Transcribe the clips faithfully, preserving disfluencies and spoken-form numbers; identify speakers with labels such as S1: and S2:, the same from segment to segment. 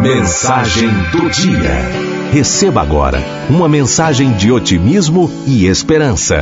S1: Mensagem do dia. Receba agora uma mensagem de otimismo e esperança.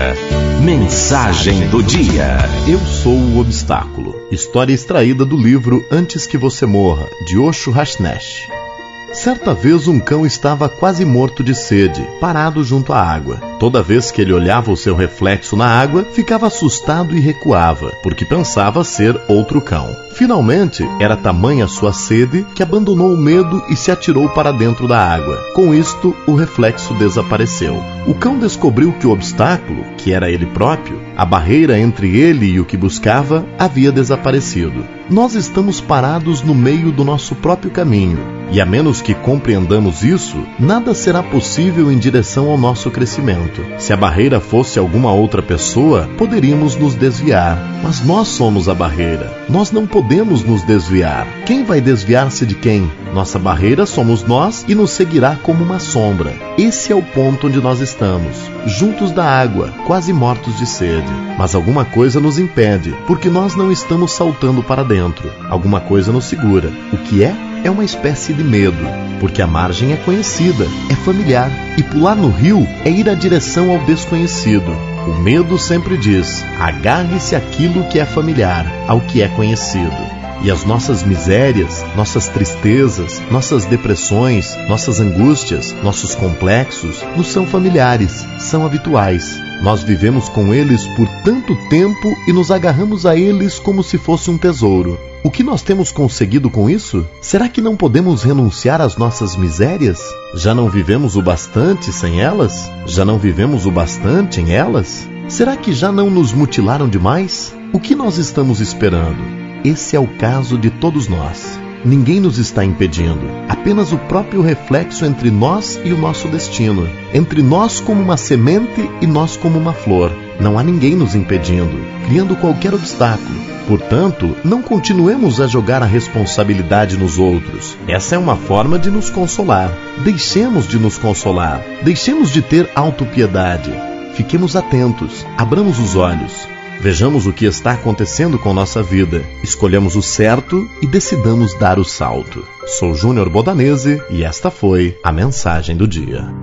S1: Mensagem do dia.
S2: Eu sou o obstáculo. História extraída do livro Antes que Você Morra, de Osho Rajneesh. Certa vez um cão estava quase morto de sede, parado junto à água. Toda vez que ele olhava o seu reflexo na água, ficava assustado e recuava, porque pensava ser outro cão. Finalmente, era tamanha sua sede que abandonou o medo e se atirou para dentro da água. Com isto, o reflexo desapareceu. O cão descobriu que o obstáculo, que era ele próprio, a barreira entre ele e o que buscava, havia desaparecido. Nós estamos parados no meio do nosso próprio caminho, e a menos que compreendamos isso, nada será possível em direção ao nosso crescimento. Se a barreira fosse alguma outra pessoa, poderíamos nos desviar, mas nós somos a barreira. Nós não podemos nos desviar. Quem vai desviar-se de quem? Nossa barreira somos nós e nos seguirá como uma sombra. Esse é o ponto onde nós estamos, juntos da água, quase mortos de sede. Mas alguma coisa nos impede, porque nós não estamos saltando para dentro. Alguma coisa nos segura. O que é? É uma espécie de medo, porque a margem é conhecida, é familiar, e pular no rio é ir à direção ao desconhecido. O medo sempre diz: agarre-se àquilo que é familiar, ao que é conhecido. E as nossas misérias, nossas tristezas, nossas depressões, nossas angústias, nossos complexos, nos são familiares, são habituais. Nós vivemos com eles por tanto tempo e nos agarramos a eles como se fosse um tesouro. O que nós temos conseguido com isso? Será que não podemos renunciar às nossas misérias? Já não vivemos o bastante sem elas? Já não vivemos o bastante em elas? Será que já não nos mutilaram demais? O que nós estamos esperando? Esse é o caso de todos nós. Ninguém nos está impedindo, apenas o próprio reflexo entre nós e o nosso destino, entre nós como uma semente e nós como uma flor. Não há ninguém nos impedindo, criando qualquer obstáculo. Portanto, não continuemos a jogar a responsabilidade nos outros. Essa é uma forma de nos consolar. Deixemos de nos consolar, deixemos de ter autopiedade. Fiquemos atentos, abramos os olhos. Vejamos o que está acontecendo com nossa vida, escolhamos o certo e decidamos dar o salto. Sou Júnior Bodanese e esta foi a Mensagem do Dia.